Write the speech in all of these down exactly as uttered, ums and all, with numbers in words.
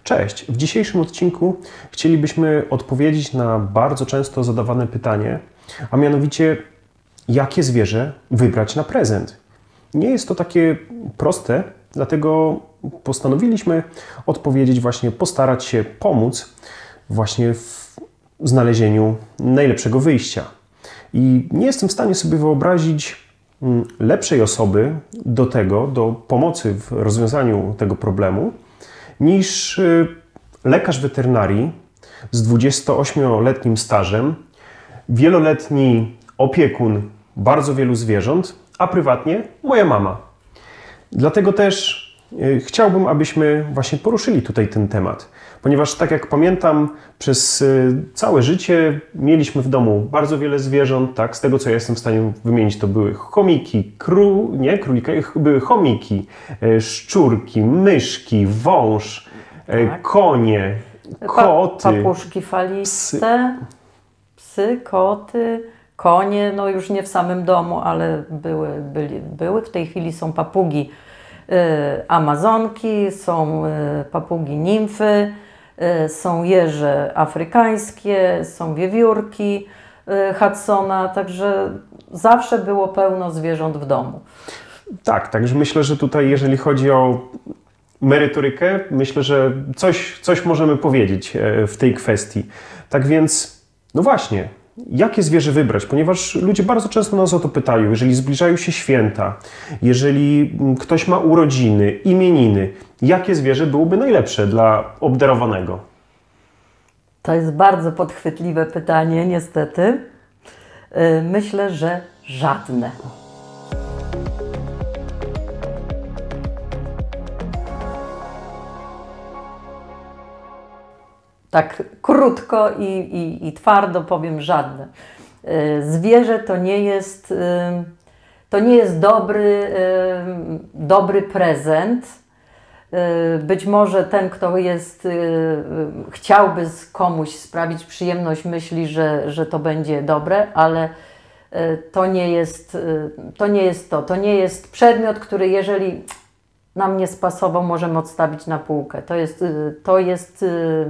Cześć! W dzisiejszym odcinku chcielibyśmy odpowiedzieć na bardzo często zadawane pytanie, a mianowicie, jakie zwierzę wybrać na prezent? Nie jest to takie proste, dlatego postanowiliśmy odpowiedzieć właśnie, postarać się pomóc właśnie w znalezieniu najlepszego wyjścia. I nie jestem w stanie sobie wyobrazić lepszej osoby do tego, do pomocy w rozwiązaniu tego problemu, niż lekarz weterynarii z dwudziestoośmioletnim stażem, wieloletni opiekun bardzo wielu zwierząt, a prywatnie moja mama. Dlatego też chciałbym, abyśmy właśnie poruszyli tutaj ten temat, ponieważ tak jak pamiętam, przez całe życie mieliśmy w domu bardzo wiele zwierząt, tak? Z tego co ja jestem w stanie wymienić, to były chomiki, kru, nie królika, były chomiki, szczurki, myszki, wąż, tak. konie, koty, pa, papuszki faliste, psy. psy, koty, konie, no już nie w samym domu, ale były, byli, były. W tej chwili są papugi y, amazonki, są y, papugi nimfy, y, są jeże afrykańskie, są wiewiórki y, Hudsona, także zawsze było pełno zwierząt w domu. Tak, także myślę, że tutaj jeżeli chodzi o merytorykę, myślę, że coś, coś możemy powiedzieć w tej kwestii. Tak więc, no właśnie, jakie zwierzę wybrać? Ponieważ ludzie bardzo często nas o to pytają, jeżeli zbliżają się święta, jeżeli ktoś ma urodziny, imieniny, jakie zwierzę byłoby najlepsze dla obdarowanego? To jest bardzo podchwytliwe pytanie, niestety. Myślę, że żadne. Tak krótko i, i, i twardo powiem, żadne. Zwierzę to nie jest, to nie jest dobry, dobry prezent. Być może ten, kto jest, chciałby komuś sprawić przyjemność, myśli, że, że to będzie dobre, ale to nie jest to. Nie jest to. To nie jest przedmiot, który jeżeli nam nie spasował, możemy odstawić na półkę. To jest, to jest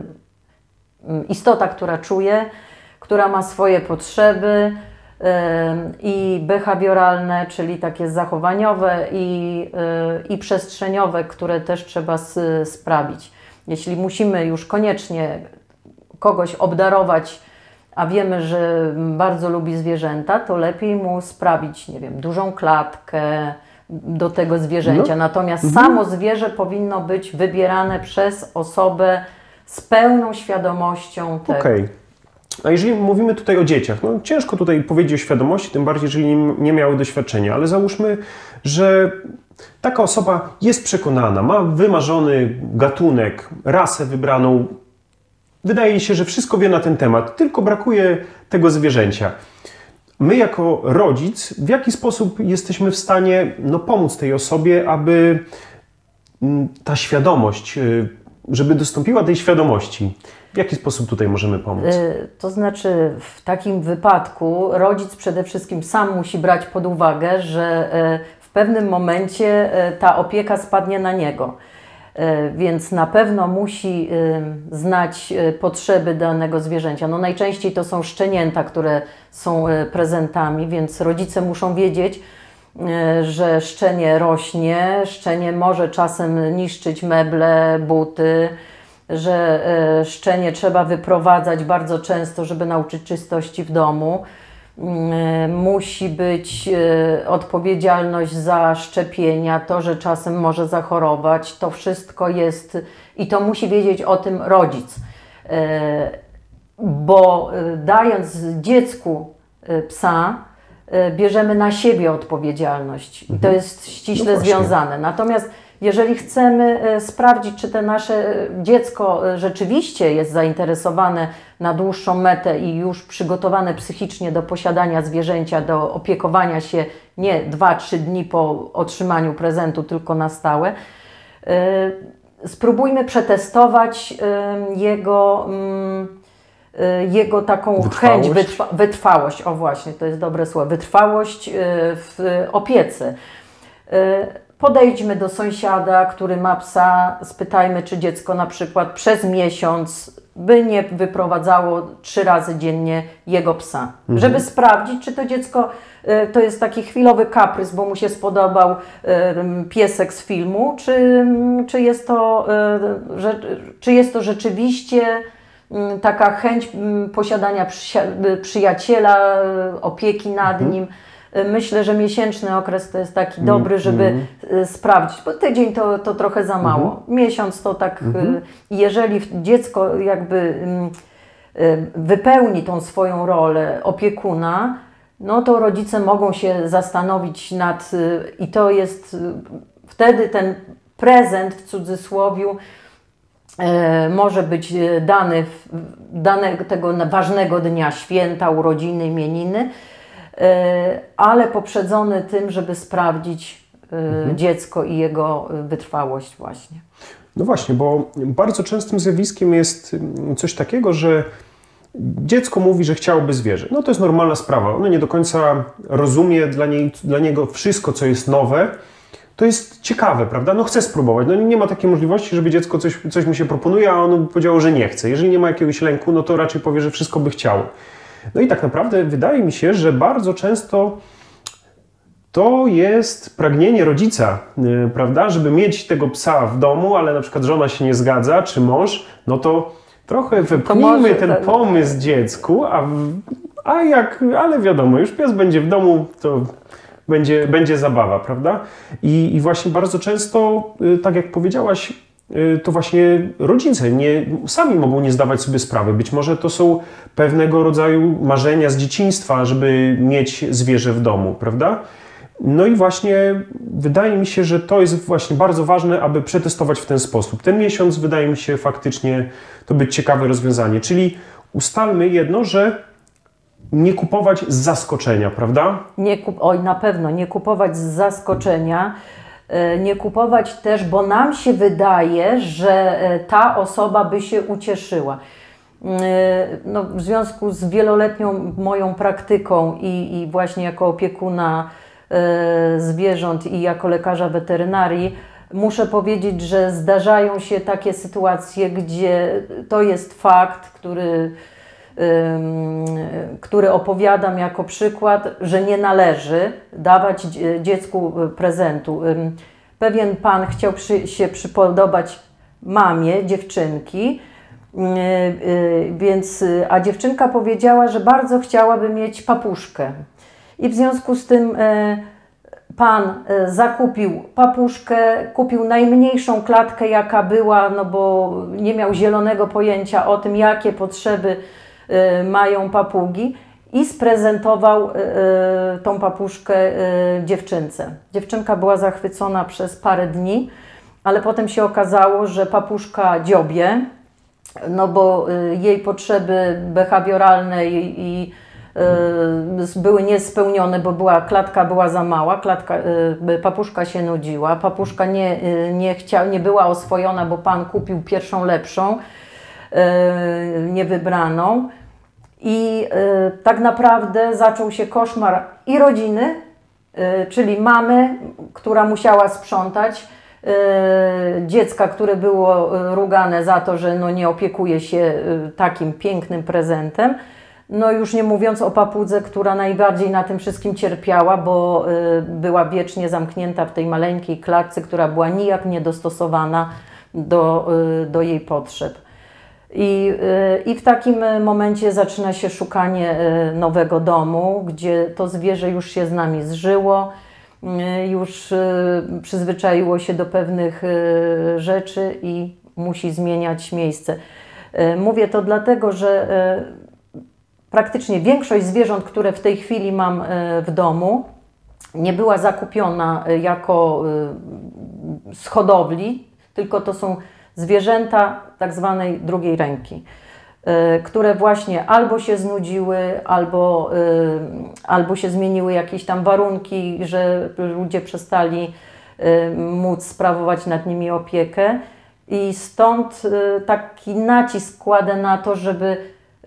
istota, która czuje, która ma swoje potrzeby yy, i behawioralne, czyli takie zachowaniowe i, yy, i przestrzeniowe, które też trzeba s, sprawić. Jeśli musimy już koniecznie kogoś obdarować, a wiemy, że bardzo lubi zwierzęta, to lepiej mu sprawić, nie wiem, dużą klatkę do tego zwierzęcia. No. Natomiast mhm. samo zwierzę powinno być wybierane przez osobę z pełną świadomością tego. Okej. Okay. A jeżeli mówimy tutaj o dzieciach, no ciężko tutaj powiedzieć o świadomości, tym bardziej, jeżeli nie miały doświadczenia, ale załóżmy, że taka osoba jest przekonana, ma wymarzony gatunek, rasę wybraną, wydaje jej się, że wszystko wie na ten temat, tylko brakuje tego zwierzęcia. My jako rodzic, w jaki sposób jesteśmy w stanie no, pomóc tej osobie, aby ta świadomość, żeby dostąpiła tej świadomości? W jaki sposób tutaj możemy pomóc? Yy, to znaczy w takim wypadku rodzic przede wszystkim sam musi brać pod uwagę, że yy, w pewnym momencie yy, ta opieka spadnie na niego. Yy, więc na pewno musi yy, znać yy, potrzeby danego zwierzęcia. No najczęściej to są szczenięta, które są yy, prezentami, więc rodzice muszą wiedzieć, yy, że szczenie rośnie, szczenie może czasem niszczyć meble, buty, że y, szczenie trzeba wyprowadzać bardzo często, żeby nauczyć czystości w domu. Y, musi być y, odpowiedzialność za szczepienia, to, że czasem może zachorować, to wszystko jest i to musi wiedzieć o tym rodzic. Y, bo y, dając dziecku y, psa, y, bierzemy na siebie odpowiedzialność i to jest ściśle no związane. Natomiast jeżeli chcemy sprawdzić, czy to nasze dziecko rzeczywiście jest zainteresowane na dłuższą metę i już przygotowane psychicznie do posiadania zwierzęcia, do opiekowania się nie dwa trzy dni po otrzymaniu prezentu, tylko na stałe, spróbujmy przetestować jego, jego taką wytrwałość. chęć, wytrwa, wytrwałość, o właśnie, to jest dobre słowo, wytrwałość w opiece. Podejdźmy do sąsiada, który ma psa, spytajmy, czy dziecko na przykład przez miesiąc by nie wyprowadzało trzy razy dziennie jego psa, mhm. żeby sprawdzić, czy to dziecko to jest taki chwilowy kaprys, bo mu się spodobał piesek z filmu, czy, czy, jest, to, że, czy jest to rzeczywiście taka chęć posiadania przyjaciela, opieki nad mhm. nim. Myślę, że miesięczny okres to jest taki dobry, żeby mm. sprawdzić, bo tydzień to, to trochę za mało. Mm -hmm. Miesiąc to tak, mm -hmm. jeżeli dziecko jakby wypełni tą swoją rolę opiekuna, no to rodzice mogą się zastanowić nad, i to jest wtedy ten prezent w cudzysłowiu może być dany, dany tego ważnego dnia, święta, urodziny, imieniny, ale poprzedzony tym, żeby sprawdzić mhm. dziecko i jego wytrwałość właśnie. No właśnie, bo bardzo częstym zjawiskiem jest coś takiego, że dziecko mówi, że chciałoby zwierzę. No to jest normalna sprawa. Ono nie do końca rozumie dla, niej, dla niego wszystko, co jest nowe. To jest ciekawe, prawda? No chce spróbować. No nie ma takiej możliwości, żeby dziecko coś, coś mu się proponuje, a ono powiedziało, że nie chce. Jeżeli nie ma jakiegoś lęku, no to raczej powie, że wszystko by chciało. No i tak naprawdę wydaje mi się, że bardzo często to jest pragnienie rodzica, yy, prawda, żeby mieć tego psa w domu, ale na przykład żona się nie zgadza, czy mąż, no to trochę wypchnijmy ten tak. pomysł dziecku, a, a jak, ale wiadomo, już pies będzie w domu, to będzie, będzie zabawa, prawda? I, i właśnie bardzo często, yy, tak jak powiedziałaś, to właśnie rodzice nie, sami mogą nie zdawać sobie sprawy. Być może to są pewnego rodzaju marzenia z dzieciństwa, żeby mieć zwierzę w domu, prawda? No i właśnie wydaje mi się, że to jest właśnie bardzo ważne, aby przetestować w ten sposób. Ten miesiąc wydaje mi się faktycznie to być ciekawe rozwiązanie. Czyli ustalmy jedno, że nie kupować z zaskoczenia, prawda? Nie kup- Oj, na pewno, nie kupować z zaskoczenia. Nie kupować też, bo nam się wydaje, że ta osoba by się ucieszyła. No, w związku z wieloletnią moją praktyką i, i właśnie jako opiekuna zwierząt i jako lekarza weterynarii, muszę powiedzieć, że zdarzają się takie sytuacje, gdzie to jest fakt, który, który opowiadam jako przykład, że nie należy dawać dziecku prezentu. Pewien pan chciał przy, się przypodobać mamie dziewczynki, więc, a dziewczynka powiedziała, że bardzo chciałaby mieć papuszkę. I w związku z tym pan zakupił papuszkę, kupił najmniejszą klatkę, jaka była, no bo nie miał zielonego pojęcia o tym, jakie potrzeby mają papugi, i sprezentował tą papuszkę dziewczynce. Dziewczynka była zachwycona przez parę dni, ale potem się okazało, że papuszka dziobie, no bo jej potrzeby behawioralne i, i były niespełnione, bo była, klatka była za mała, klatka, papuszka się nudziła, papuszka nie, nie, chcia, nie była oswojona, bo pan kupił pierwszą lepszą, niewybraną. I y, tak naprawdę zaczął się koszmar i rodziny, y, czyli mamy, która musiała sprzątać, y, dziecka, które było rugane za to, że no, nie opiekuje się y, takim pięknym prezentem. No już nie mówiąc o papudze, która najbardziej na tym wszystkim cierpiała, bo y, była wiecznie zamknięta w tej maleńkiej klatce, która była nijak niedostosowana do, y, do jej potrzeb. I, I w takim momencie zaczyna się szukanie nowego domu, gdzie to zwierzę już się z nami zżyło, już przyzwyczaiło się do pewnych rzeczy i musi zmieniać miejsce. Mówię to dlatego, że praktycznie większość zwierząt, które w tej chwili mam w domu, nie była zakupiona jako z hodowli, tylko to są zwierzęta tak zwanej drugiej ręki, y, które właśnie albo się znudziły, albo, y, albo się zmieniły jakieś tam warunki, że ludzie przestali y, móc sprawować nad nimi opiekę, i stąd y, taki nacisk kładę na to, żeby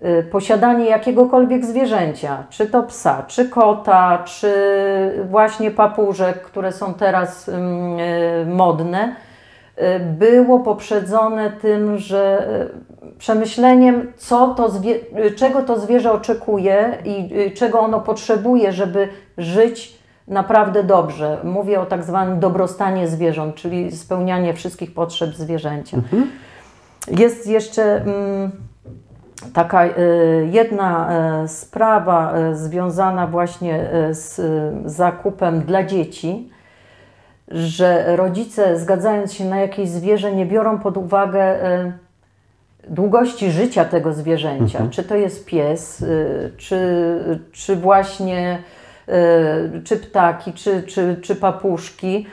posiadanie jakiegokolwiek zwierzęcia, czy to psa, czy kota, czy właśnie papużek, które są teraz modne, było poprzedzone tym, że przemyśleniem, co to czego to zwierzę oczekuje i czego ono potrzebuje, żeby żyć naprawdę dobrze. Mówię o tak zwanym dobrostanie zwierząt, czyli spełnianie wszystkich potrzeb zwierzęcia. Mhm. Jest jeszcze taka jedna sprawa związana właśnie z zakupem dla dzieci, że rodzice, zgadzając się na jakieś zwierzę, nie biorą pod uwagę długości życia tego zwierzęcia. Mhm. Czy to jest pies, czy, czy właśnie czy ptaki, czy, czy, czy papuszki,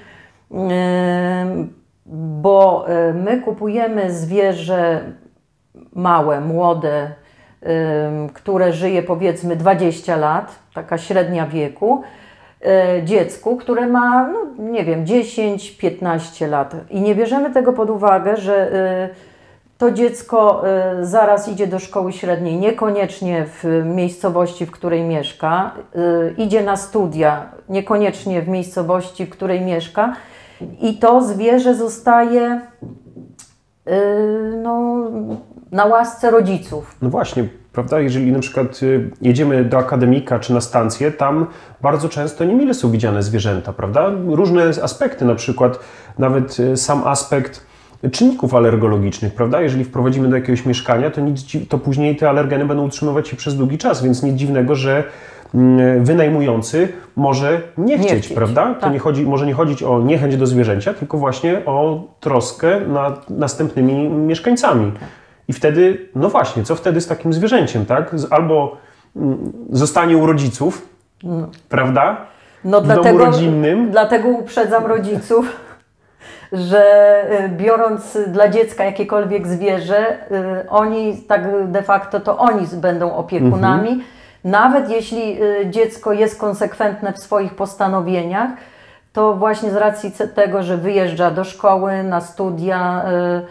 bo my kupujemy zwierzę małe, młode, które żyje powiedzmy dwadzieścia lat, taka średnia wieku, dziecku, które ma, no, nie wiem, dziesięć piętnaście lat i nie bierzemy tego pod uwagę, że to dziecko zaraz idzie do szkoły średniej, niekoniecznie w miejscowości, w której mieszka, idzie na studia, niekoniecznie w miejscowości, w której mieszka i to zwierzę zostaje no, na łasce rodziców. No właśnie, prawda? Jeżeli na przykład jedziemy do akademika czy na stację, tam bardzo często niemile są widziane zwierzęta, prawda? Różne aspekty, na przykład nawet sam aspekt czynników alergologicznych, prawda? Jeżeli wprowadzimy do jakiegoś mieszkania, to, nic, to później te alergeny będą utrzymywać się przez długi czas, więc nic dziwnego, że wynajmujący może nie chcieć, nie chcieć prawda? Tak. To nie chodzi, może nie chodzić o niechęć do zwierzęcia, tylko właśnie o troskę nad następnymi mieszkańcami. I wtedy, no właśnie, co wtedy z takim zwierzęciem, tak? Albo zostanie u rodziców, no. prawda? No w dlatego, domu rodzinnym. Dlatego uprzedzam rodziców, że biorąc dla dziecka jakiekolwiek zwierzę, oni tak de facto to oni będą opiekunami. Mhm. Nawet jeśli dziecko jest konsekwentne w swoich postanowieniach, to właśnie z racji tego, że wyjeżdża do szkoły, na studia,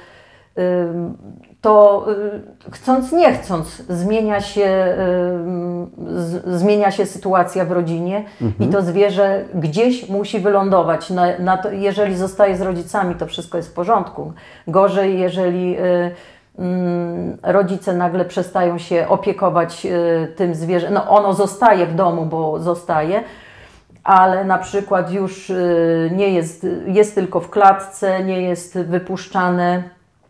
to chcąc nie chcąc zmienia się, zmienia się sytuacja w rodzinie mhm. i to zwierzę gdzieś musi wylądować. Na, na to, jeżeli zostaje z rodzicami, to wszystko jest w porządku. Gorzej, jeżeli rodzice nagle przestają się opiekować tym zwierzęciem. No ono zostaje w domu, bo zostaje, ale na przykład już nie jest, jest tylko w klatce, nie jest wypuszczane,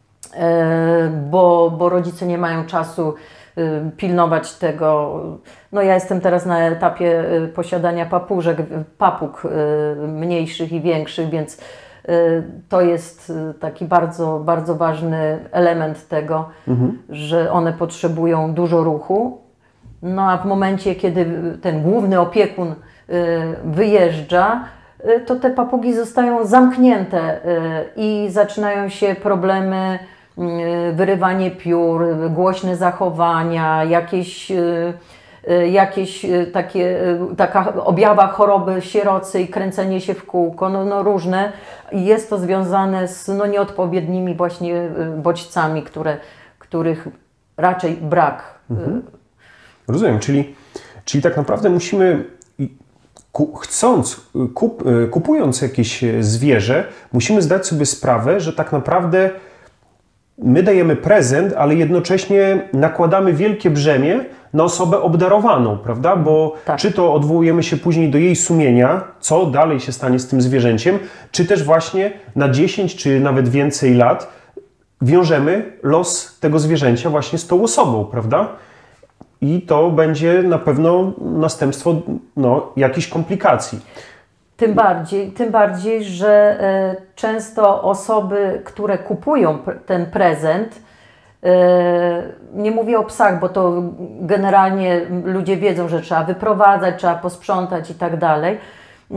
bo, bo rodzice nie mają czasu pilnować tego. No ja jestem teraz na etapie posiadania papużek, papug mniejszych i większych, więc to jest taki bardzo, bardzo ważny element tego, mhm. że one potrzebują dużo ruchu. No a w momencie, kiedy ten główny opiekun wyjeżdża, to te papugi zostają zamknięte i zaczynają się problemy, wyrywanie piór, głośne zachowania, jakieś, jakieś takie, taka objawa choroby sierocej, kręcenie się w kółko, no, no różne. Jest to związane z no, nieodpowiednimi właśnie bodźcami, które, których raczej brak. Mhm. Rozumiem, czyli, czyli tak naprawdę musimy, chcąc, kup, kupując jakieś zwierzę, musimy zdać sobie sprawę, że tak naprawdę my dajemy prezent, ale jednocześnie nakładamy wielkie brzemię na osobę obdarowaną, prawda? Bo tak. czy to odwołujemy się później do jej sumienia, co dalej się stanie z tym zwierzęciem, czy też właśnie na dziesięć czy nawet więcej lat wiążemy los tego zwierzęcia właśnie z tą osobą, prawda? I to będzie na pewno następstwo no, jakichś komplikacji. Tym bardziej, tym bardziej, że y, często osoby, które kupują pr ten prezent, y, nie mówię o psach, bo to generalnie ludzie wiedzą, że trzeba wyprowadzać, trzeba posprzątać i tak dalej, y,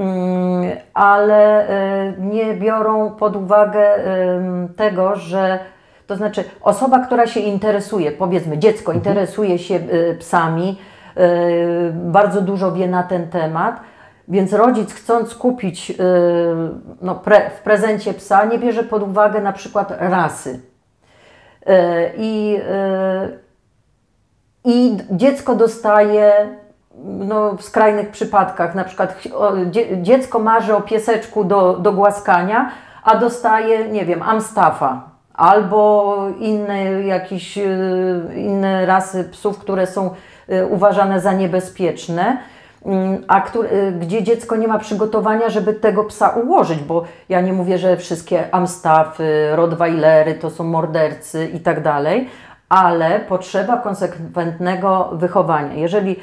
ale y, nie biorą pod uwagę y, tego, że to znaczy osoba, która się interesuje, powiedzmy dziecko mhm. interesuje się y, psami, y, bardzo dużo wie na ten temat, więc rodzic, chcąc kupić yy, no, pre, w prezencie psa, nie bierze pod uwagę na przykład rasy. Yy, I yy, i dziecko dostaje, no, w skrajnych przypadkach, na przykład dziecko marzy o pieseczku do, do głaskania, a dostaje, nie wiem, Amstaffa albo inne jakieś inne rasy psów, które są uważane za niebezpieczne, a który, gdzie dziecko nie ma przygotowania, żeby tego psa ułożyć, bo ja nie mówię, że wszystkie Amstaffy, Rottweilery to są mordercy i tak dalej, ale potrzeba konsekwentnego wychowania. Jeżeli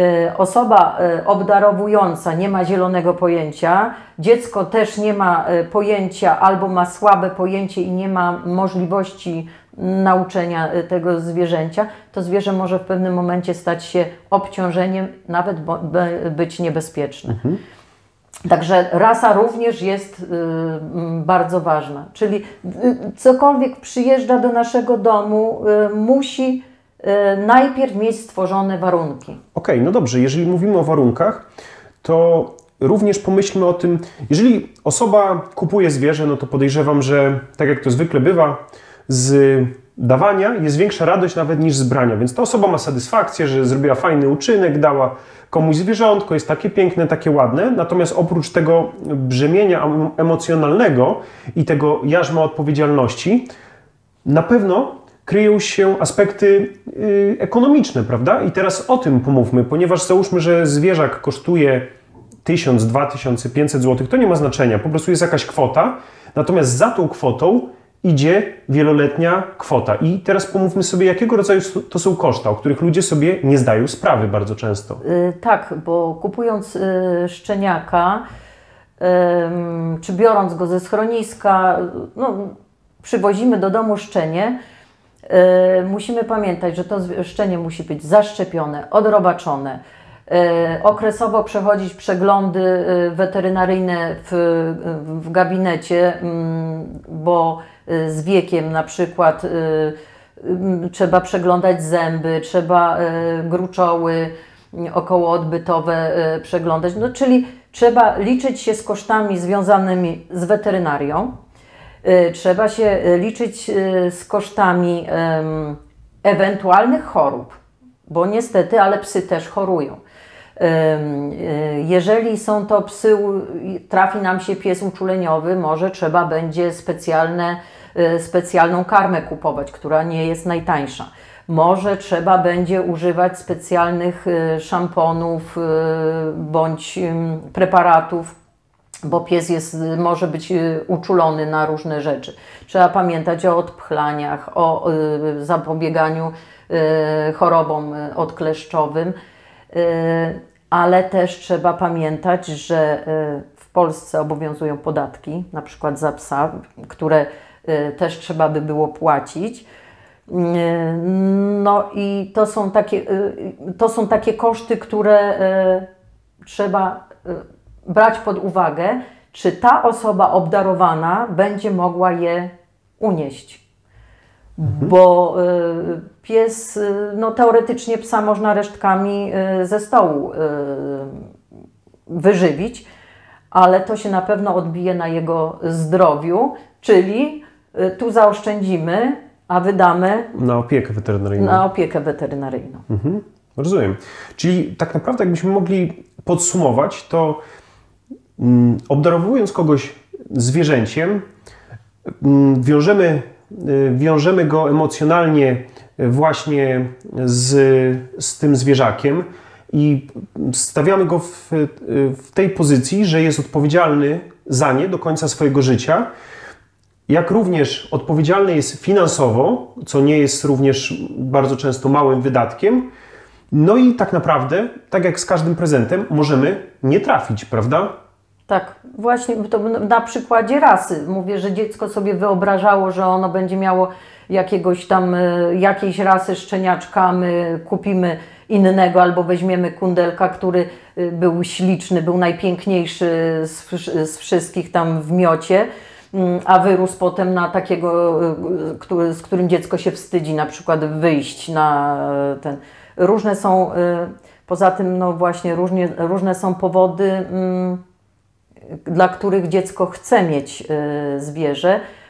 osoba obdarowująca nie ma zielonego pojęcia, dziecko też nie ma pojęcia albo ma słabe pojęcie i nie ma możliwości nauczenia tego zwierzęcia, to zwierzę może w pewnym momencie stać się obciążeniem, nawet być niebezpieczne. Mhm. Także rasa również jest y, bardzo ważna. Czyli y, cokolwiek przyjeżdża do naszego domu, y, musi y, najpierw mieć stworzone warunki. Okej, okay, no dobrze, jeżeli mówimy o warunkach, to również pomyślmy o tym, jeżeli osoba kupuje zwierzę, no to podejrzewam, że tak jak to zwykle bywa, z dawania jest większa radość nawet niż z brania, więc ta osoba ma satysfakcję, że zrobiła fajny uczynek, dała komuś zwierzątko, jest takie piękne, takie ładne, natomiast oprócz tego brzemienia emocjonalnego i tego jarzma odpowiedzialności, na pewno kryją się aspekty yy, ekonomiczne, prawda? I teraz o tym pomówmy, ponieważ załóżmy, że zwierzak kosztuje tysiąc, dwa tysiące, pięćset złotych, to nie ma znaczenia, po prostu jest jakaś kwota, natomiast za tą kwotą idzie wieloletnia kwota. I teraz pomówmy sobie, jakiego rodzaju to są koszta, o których ludzie sobie nie zdają sprawy bardzo często. Yy, tak, bo kupując yy, szczeniaka, yy, czy biorąc go ze schroniska, no, przywozimy do domu szczenie, yy, musimy pamiętać, że to szczenie musi być zaszczepione, odrobaczone, yy, okresowo przechodzić przeglądy yy, weterynaryjne w, w gabinecie, yy, bo z wiekiem na przykład y, y, trzeba przeglądać zęby, trzeba y, gruczoły okołoodbytowe y, przeglądać, no, czyli trzeba liczyć się z kosztami związanymi z weterynarią, y, trzeba się liczyć y, z kosztami y, ewentualnych chorób, bo niestety, ale psy też chorują. Jeżeli są to psy, trafi nam się pies uczuleniowy, może trzeba będzie specjalne, specjalną karmę kupować, która nie jest najtańsza. Może trzeba będzie używać specjalnych szamponów bądź preparatów, bo pies jest, może być uczulony na różne rzeczy. Trzeba pamiętać o odpchlaniach, o zapobieganiu chorobom odkleszczowym. Ale też trzeba pamiętać, że w Polsce obowiązują podatki, na przykład za psa, które też trzeba by było płacić. No i to są takie, to są takie koszty, które trzeba brać pod uwagę, czy ta osoba obdarowana będzie mogła je unieść. Mhm. Bo y, pies, y, no teoretycznie psa można resztkami y, ze stołu y, wyżywić, ale to się na pewno odbije na jego zdrowiu, czyli y, tu zaoszczędzimy, a wydamy na opiekę weterynaryjną. Na opiekę weterynaryjną. Mhm. Rozumiem. Czyli tak naprawdę jakbyśmy mogli podsumować, to mm, obdarowując kogoś zwierzęciem, mm, wiążemy wiążemy go emocjonalnie właśnie z, z tym zwierzakiem i stawiamy go w, w tej pozycji, że jest odpowiedzialny za nie do końca swojego życia, jak również odpowiedzialny jest finansowo, co nie jest również bardzo często małym wydatkiem. No i tak naprawdę, tak jak z każdym prezentem, możemy nie trafić, prawda? Tak, właśnie to na przykładzie rasy. Mówię, że dziecko sobie wyobrażało, że ono będzie miało jakiegoś tam, jakiejś rasy szczeniaczka, my kupimy innego albo weźmiemy kundelka, który był śliczny, był najpiękniejszy z, z wszystkich tam w miocie, a wyrósł potem na takiego, który, z którym dziecko się wstydzi na przykład wyjść na ten. Różne są, poza tym no właśnie różnie, różne są powody, dla których dziecko chce mieć zwierzę,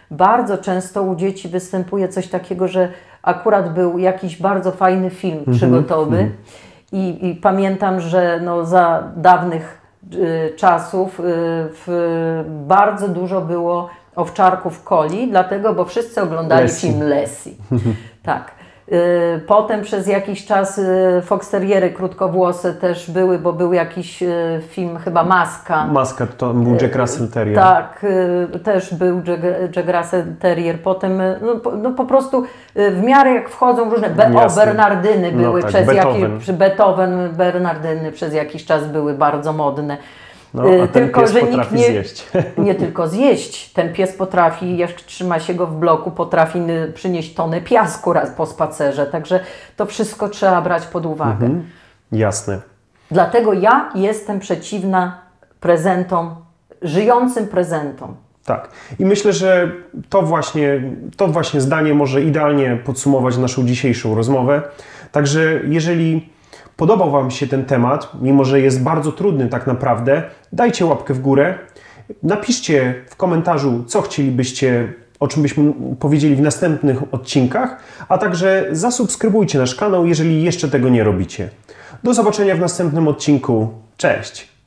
bardzo często u dzieci występuje coś takiego, że akurat był jakiś bardzo fajny film Mhm. przygotowy i, i pamiętam, że no za dawnych y, czasów y, w, bardzo dużo było owczarków Coli, dlatego, bo wszyscy oglądali Lassie. film Lassie. Tak. Y, Potem przez jakiś czas y, Fox Terriery krótkowłose też były, bo był jakiś y, film chyba Maska. Maska to był Jack Russell Terrier. Tak, y, też był Jack, Jack Russell Terrier. Potem y, no, po, no po prostu y, w miarę jak wchodzą różne, be, o Jasne. Bernardyny No były tak, przez Beethoven. jakiś, przy Beethoven, Bernardyny przez jakiś czas były bardzo modne. No, a Y, ten pies potrafi nie, zjeść. nie tylko zjeść, ten pies potrafi, jak trzyma się go w bloku, potrafi y, przynieść tonę piasku raz po spacerze, także to wszystko trzeba brać pod uwagę. Mhm. Jasne. Dlatego ja jestem przeciwna prezentom, żyjącym prezentom. Tak. I myślę, że to właśnie, to właśnie zdanie może idealnie podsumować naszą dzisiejszą rozmowę. Także jeżeli podobał Wam się ten temat, mimo że jest bardzo trudny tak naprawdę, dajcie łapkę w górę. Napiszcie w komentarzu, co chcielibyście, o czym byśmy powiedzieli w następnych odcinkach, a także zasubskrybujcie nasz kanał, jeżeli jeszcze tego nie robicie. Do zobaczenia w następnym odcinku. Cześć!